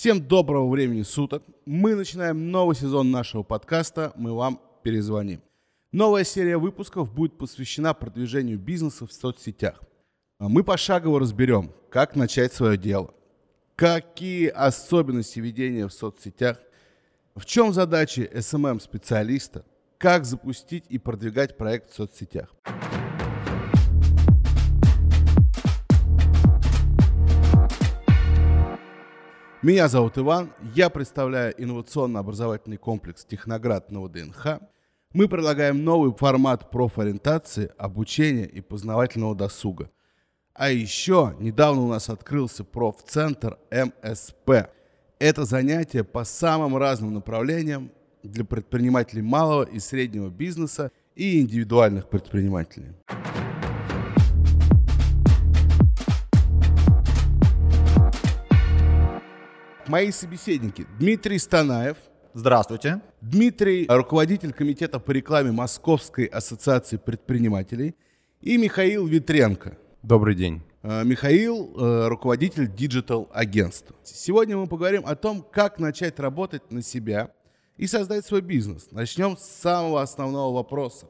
Всем доброго времени суток. Мы начинаем новый сезон нашего подкаста «Мы вам перезвоним». Новая серия выпусков будет посвящена продвижению бизнеса в соцсетях. Мы пошагово разберем, как начать свое дело, какие особенности ведения в соцсетях, в чем задачи SMM-специалиста, как запустить и продвигать проект в соцсетях. Меня зовут Иван, я представляю инновационно-образовательный комплекс «Техноград» на ВДНХ. Мы предлагаем новый формат профориентации, обучения и познавательного досуга. А еще недавно у нас открылся профцентр МСП. Это занятие по самым разным направлениям для предпринимателей малого и среднего бизнеса и индивидуальных предпринимателей. Мои собеседники: Дмитрий Станаев. Здравствуйте. Дмитрий, руководитель комитета по рекламе Московской ассоциации предпринимателей. И Михаил Витренко. Добрый день. Михаил, руководитель диджитал-агентства. Сегодня мы поговорим о том, как начать работать на себя и создать свой бизнес. Начнем с самого основного вопроса.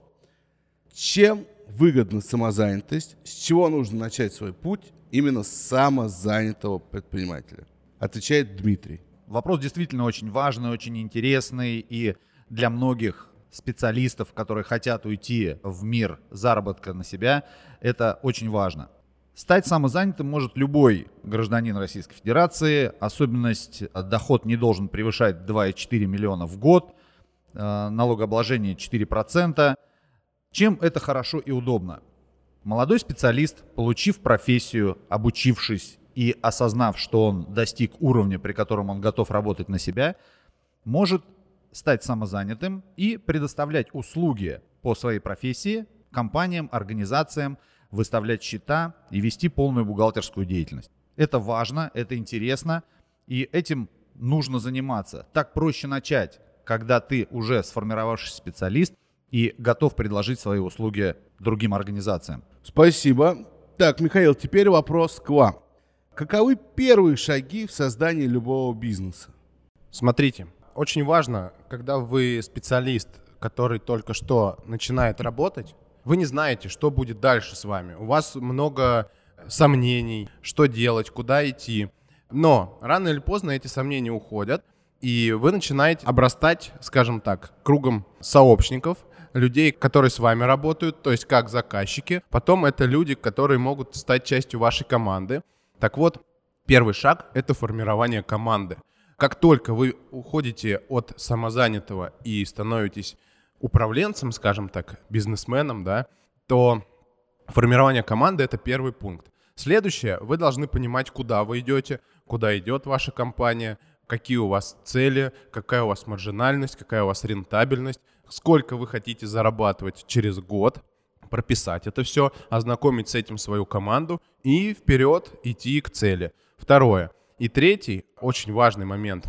Чем выгодна самозанятость? С чего нужно начать свой путь именно с самозанятого предпринимателя? Отвечает Дмитрий. Вопрос действительно очень важный, очень интересный, и для многих специалистов, которые хотят уйти в мир заработка на себя, это очень важно. Стать самозанятым может любой гражданин Российской Федерации. Особенность: доход не должен превышать 2,4 миллиона в год, налогообложение 4%. Чем это хорошо и удобно? Молодой специалист, получив профессию, обучившись и осознав, что он достиг уровня, при котором он готов работать на себя, может стать самозанятым и предоставлять услуги по своей профессии компаниям, организациям, выставлять счета и вести полную бухгалтерскую деятельность. Это важно, это интересно, и этим нужно заниматься. Так проще начать, когда ты уже сформировавшийся специалист и готов предложить свои услуги другим организациям. Спасибо. Так, Михаил, теперь вопрос к вам. Каковы первые шаги в создании любого бизнеса? Смотрите, очень важно, когда вы специалист, который только что начинает работать, вы не знаете, что будет дальше с вами. У вас много сомнений, что делать, куда идти. Но рано или поздно эти сомнения уходят, и вы начинаете обрастать, скажем так, кругом сообщников, людей, которые с вами работают, то есть как заказчики. Потом это люди, которые могут стать частью вашей команды. Так вот, первый шаг – это формирование команды. Как только вы уходите от самозанятого и становитесь управленцем, скажем так, бизнесменом, да, то формирование команды – это первый пункт. Следующее – вы должны понимать, куда вы идете, куда идет ваша компания, какие у вас цели, какая у вас маржинальность, какая у вас рентабельность, сколько вы хотите зарабатывать через год. Прописать это все, ознакомить с этим свою команду и вперед идти к цели. Второе. И третий, очень важный момент,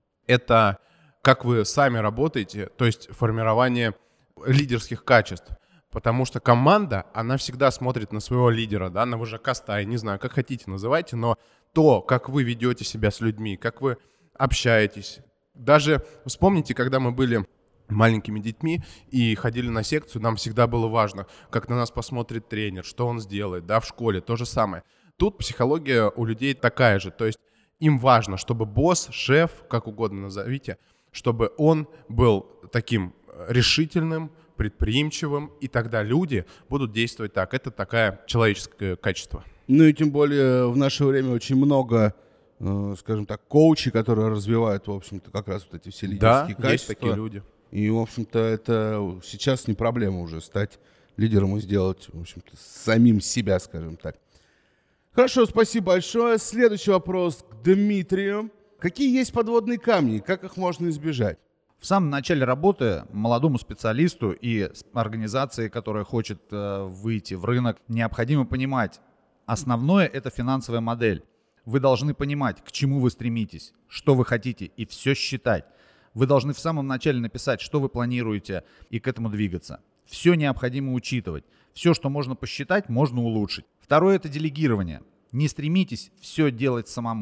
это как вы сами работаете, то есть формирование лидерских качеств. Потому что команда, она всегда смотрит на своего лидера, да, на вожака стаи, не знаю, как хотите называйте, но то, как вы ведете себя с людьми, как вы общаетесь. Даже вспомните, когда мы были маленькими детьми и ходили на секцию, нам всегда было важно, как на нас посмотрит тренер, что он сделает, да, в школе то же самое. Тут психология у людей такая же, то есть им важно, чтобы босс, шеф, как угодно назовите, чтобы он был таким решительным, предприимчивым, и тогда люди будут действовать так. Это такое человеческое качество. Ну и тем более в наше время очень много, скажем так, коучей, которые развивают, в общем-то, как раз вот эти все лидерские качества. Да, есть такие люди. И, в общем-то, это сейчас не проблема уже стать лидером и сделать, в общем-то, самим себя, скажем так. Хорошо, спасибо большое. Следующий вопрос к Дмитрию. Какие есть подводные камни, как их можно избежать? В самом начале работы молодому специалисту и организации, которая хочет выйти в рынок, необходимо понимать, основное – это финансовая модель. Вы должны понимать, к чему вы стремитесь, что вы хотите, и все считать. Вы должны в самом начале написать, что вы планируете, и к этому двигаться. Все необходимо учитывать. Все, что можно посчитать, можно улучшить. Второе – это делегирование. Не стремитесь все делать самому.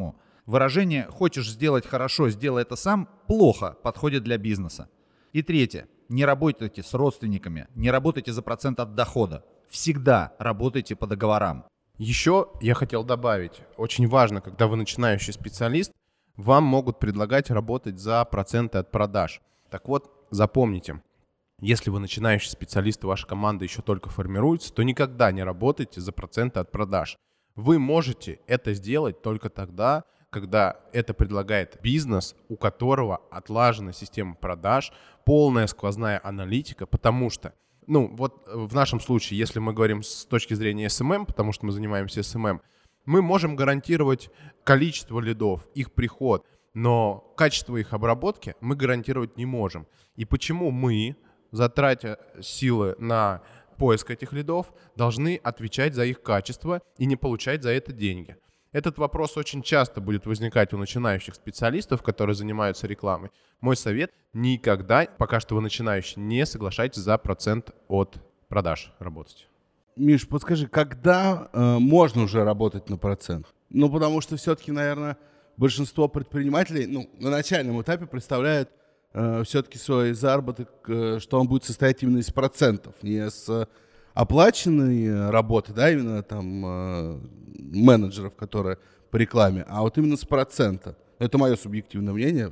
Выражение «хочешь сделать хорошо, сделай это сам» плохо подходит для бизнеса. И третье. Не работайте с родственниками, не работайте за процент от дохода. Всегда работайте по договорам. Еще я хотел добавить, очень важно, когда вы начинающий специалист, вам могут предлагать работать за проценты от продаж. Так вот, запомните, если вы начинающий специалист и ваша команда еще только формируется, то никогда не работайте за проценты от продаж. Вы можете это сделать только тогда, когда это предлагает бизнес, у которого отлажена система продаж, полная сквозная аналитика, потому что, вот в нашем случае, если мы говорим с точки зрения SMM, потому что мы занимаемся SMM, мы можем гарантировать количество лидов, их приход, но качество их обработки мы гарантировать не можем. И почему мы, затратя силы на поиск этих лидов, должны отвечать за их качество и не получать за это деньги? Этот вопрос очень часто будет возникать у начинающих специалистов, которые занимаются рекламой. Мой совет – никогда, пока что вы начинающий, не соглашайтесь за процент от продаж работать. Миш, подскажи, когда можно уже работать на процент? Потому что все-таки, наверное, большинство предпринимателей на начальном этапе представляют все-таки свой заработок, что он будет состоять именно из процентов, не с оплаченной работы, да, именно там менеджеров, которые по рекламе, а вот именно с процента. Это мое субъективное мнение.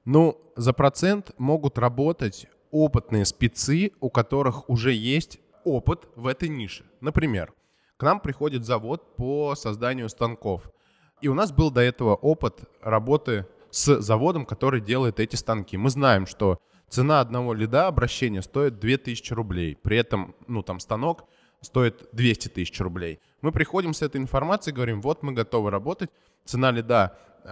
За процент могут работать опытные спецы, у которых уже есть опыт в этой нише. Например, к нам приходит завод по созданию станков. И у нас был до этого опыт работы с заводом, который делает эти станки. Мы знаем, что цена одного лида обращения стоит 2000 рублей. При этом, там станок стоит 200 тысяч рублей. Мы приходим с этой информацией, говорим, вот мы готовы работать, цена лида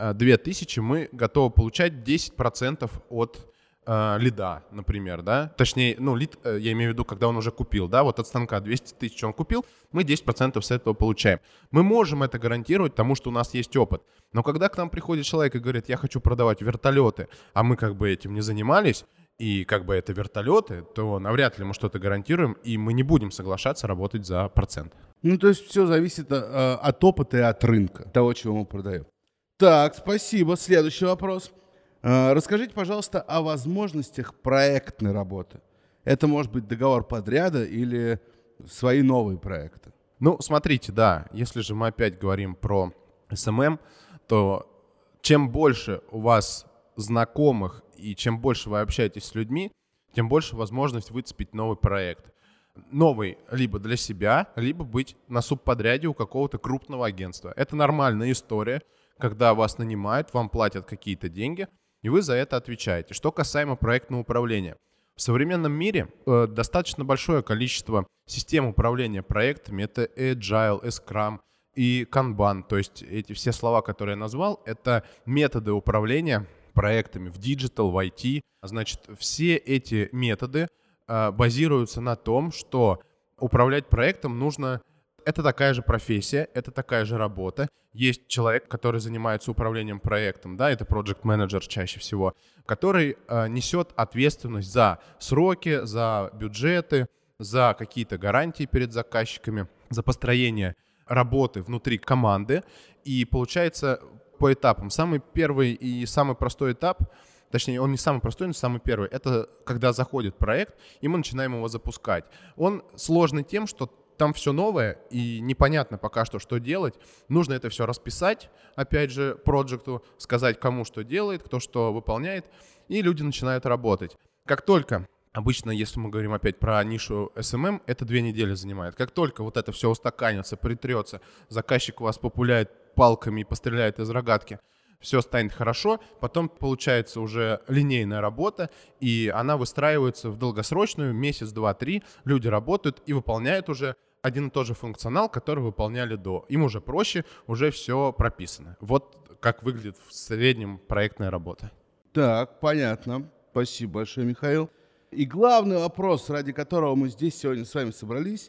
2000, мы готовы получать 10% от лида, например, да, точнее, лид, я имею в виду, когда он уже купил, да, вот от станка 200 тысяч он купил, мы 10% с этого получаем. Мы можем это гарантировать, потому что у нас есть опыт. Но когда к нам приходит человек и говорит, я хочу продавать вертолеты, а мы этим не занимались, и это вертолеты, то навряд ли мы что-то гарантируем, и мы не будем соглашаться работать за процент. То есть все зависит от опыта и от рынка, того, чего мы продаем. Так, спасибо. Следующий вопрос. Расскажите, пожалуйста, о возможностях проектной работы. Это может быть договор подряда или свои новые проекты? Смотрите, да, если же мы опять говорим про SMM, то чем больше у вас знакомых и чем больше вы общаетесь с людьми, тем больше возможность выцепить новый проект. Новый либо для себя, либо быть на субподряде у какого-то крупного агентства. Это нормальная история, когда вас нанимают, вам платят какие-то деньги, и вы за это отвечаете. Что касаемо проектного управления. В современном мире достаточно большое количество систем управления проектами. Это Agile, Scrum и Kanban. То есть эти все слова, которые я назвал, это методы управления проектами в Digital, в IT. Значит, все эти методы базируются на том, что управлять проектом нужно... Это такая же профессия, это такая же работа. Есть человек, который занимается управлением проектом, да, это project manager чаще всего, который несет ответственность за сроки, за бюджеты, за какие-то гарантии перед заказчиками, за построение работы внутри команды. И получается по этапам. Самый первый и самый простой этап, точнее, он не самый простой, но самый первый, это когда заходит проект, и мы начинаем его запускать. Он сложный тем, что там все новое, и непонятно пока что делать. Нужно это все расписать, опять же, проекту, сказать, кому что делает, кто что выполняет, и люди начинают работать. Как только, обычно, если мы говорим опять про нишу SMM, это 2 недели занимает. Как только вот это все устаканится, притрется, заказчик вас популяет палками и постреляет из рогатки, все станет хорошо, потом получается уже линейная работа, и она выстраивается в долгосрочную, месяц, 2, 3, люди работают и выполняют уже один и тот же функционал, который выполняли до. Им уже проще, уже все прописано. Вот как выглядит в среднем проектная работа. Так, понятно. Спасибо большое, Михаил. И главный вопрос, ради которого мы здесь сегодня с вами собрались,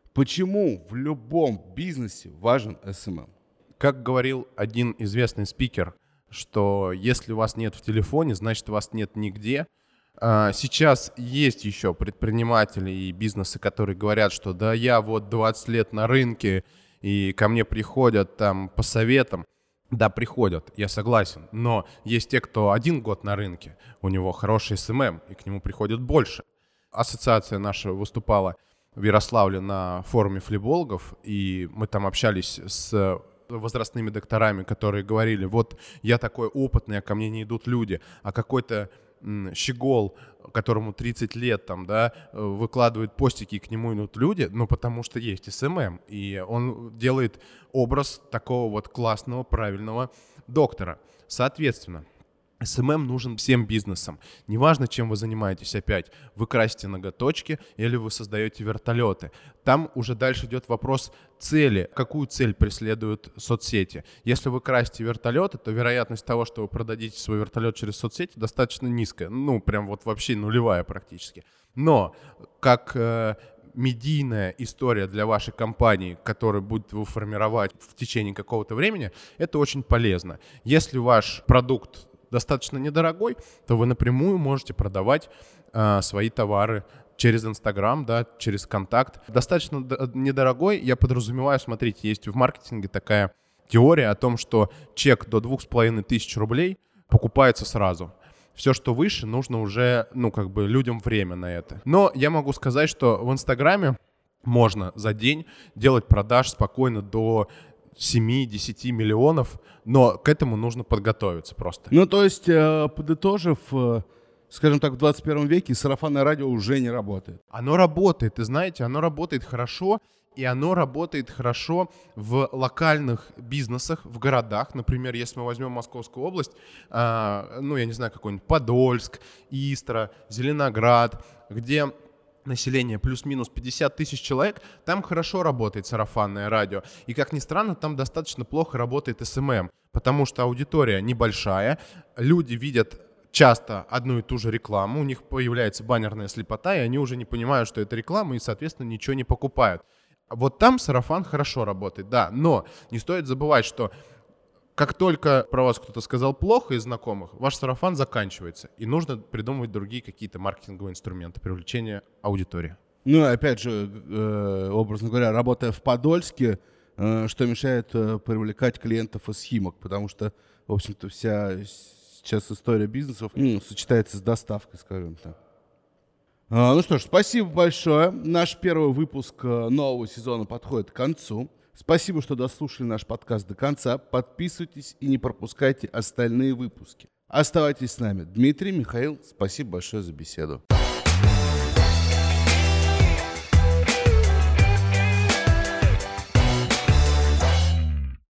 почему в любом бизнесе важен SMM? Как говорил один известный спикер, что если вас нет в телефоне, значит вас нет нигде. Сейчас есть еще предприниматели и бизнесы, которые говорят, что да, я вот 20 лет на рынке, и ко мне приходят там по советам. Да, приходят, я согласен, но есть те, кто 1 год на рынке, у него хороший СММ, и к нему приходят больше. Ассоциация наша выступала в Ярославле на форуме флибологов, и мы там общались с возрастными докторами, которые говорили: вот я такой опытный, а ко мне не идут люди, а какой-то щегол, которому 30 лет, там, да, выкладывает постики, и к нему идут люди, ну, потому что есть СММ, и он делает образ такого вот классного, правильного доктора. Соответственно, СММ нужен всем бизнесам. Неважно, чем вы занимаетесь опять. Вы красите ноготочки или вы создаете вертолеты. Там уже дальше идет вопрос цели. Какую цель преследуют соцсети? Если вы красите вертолеты, то вероятность того, что вы продадите свой вертолет через соцсети, достаточно низкая. Ну, прям вот вообще нулевая практически. Но как медийная история для вашей компании, которую будете вы формировать в течение какого-то времени, это очень полезно. Если ваш продукт достаточно недорогой, то вы напрямую можете продавать свои товары через Инстаграм, да, через контакт. Достаточно недорогой, я подразумеваю, смотрите, есть в маркетинге такая теория о том, что чек до 2500 рублей покупается сразу. Все, что выше, нужно уже, людям время на это. Но я могу сказать, что в Инстаграме можно за день делать продаж спокойно до 7-10 миллионов, но к этому нужно подготовиться просто. Ну, то есть, подытожив, скажем так, в 21 веке сарафанное радио уже не работает. Оно работает, и знаете, оно работает хорошо, и оно работает хорошо в локальных бизнесах, в городах. Например, если мы возьмем Московскую область, я не знаю, какой-нибудь Подольск, Истра, Зеленоград, где население плюс-минус 50 тысяч человек, там хорошо работает сарафанное радио. И, как ни странно, там достаточно плохо работает СММ, потому что аудитория небольшая, люди видят часто одну и ту же рекламу, у них появляется баннерная слепота, и они уже не понимают, что это реклама, и, соответственно, ничего не покупают. Вот там сарафан хорошо работает, да, но не стоит забывать, что как только про вас кто-то сказал плохо из знакомых, ваш сарафан заканчивается, и нужно придумывать другие какие-то маркетинговые инструменты привлечения аудитории. Ну, опять же, образно говоря, работая в Подольске, что мешает привлекать клиентов из Химок, потому что, в общем-то, вся сейчас история бизнесов сочетается с доставкой, скажем так. Ну что ж, спасибо большое. Наш первый выпуск нового сезона подходит к концу. Спасибо, что дослушали наш подкаст до конца. Подписывайтесь и не пропускайте остальные выпуски. Оставайтесь с нами. Дмитрий, Михаил, спасибо большое за беседу.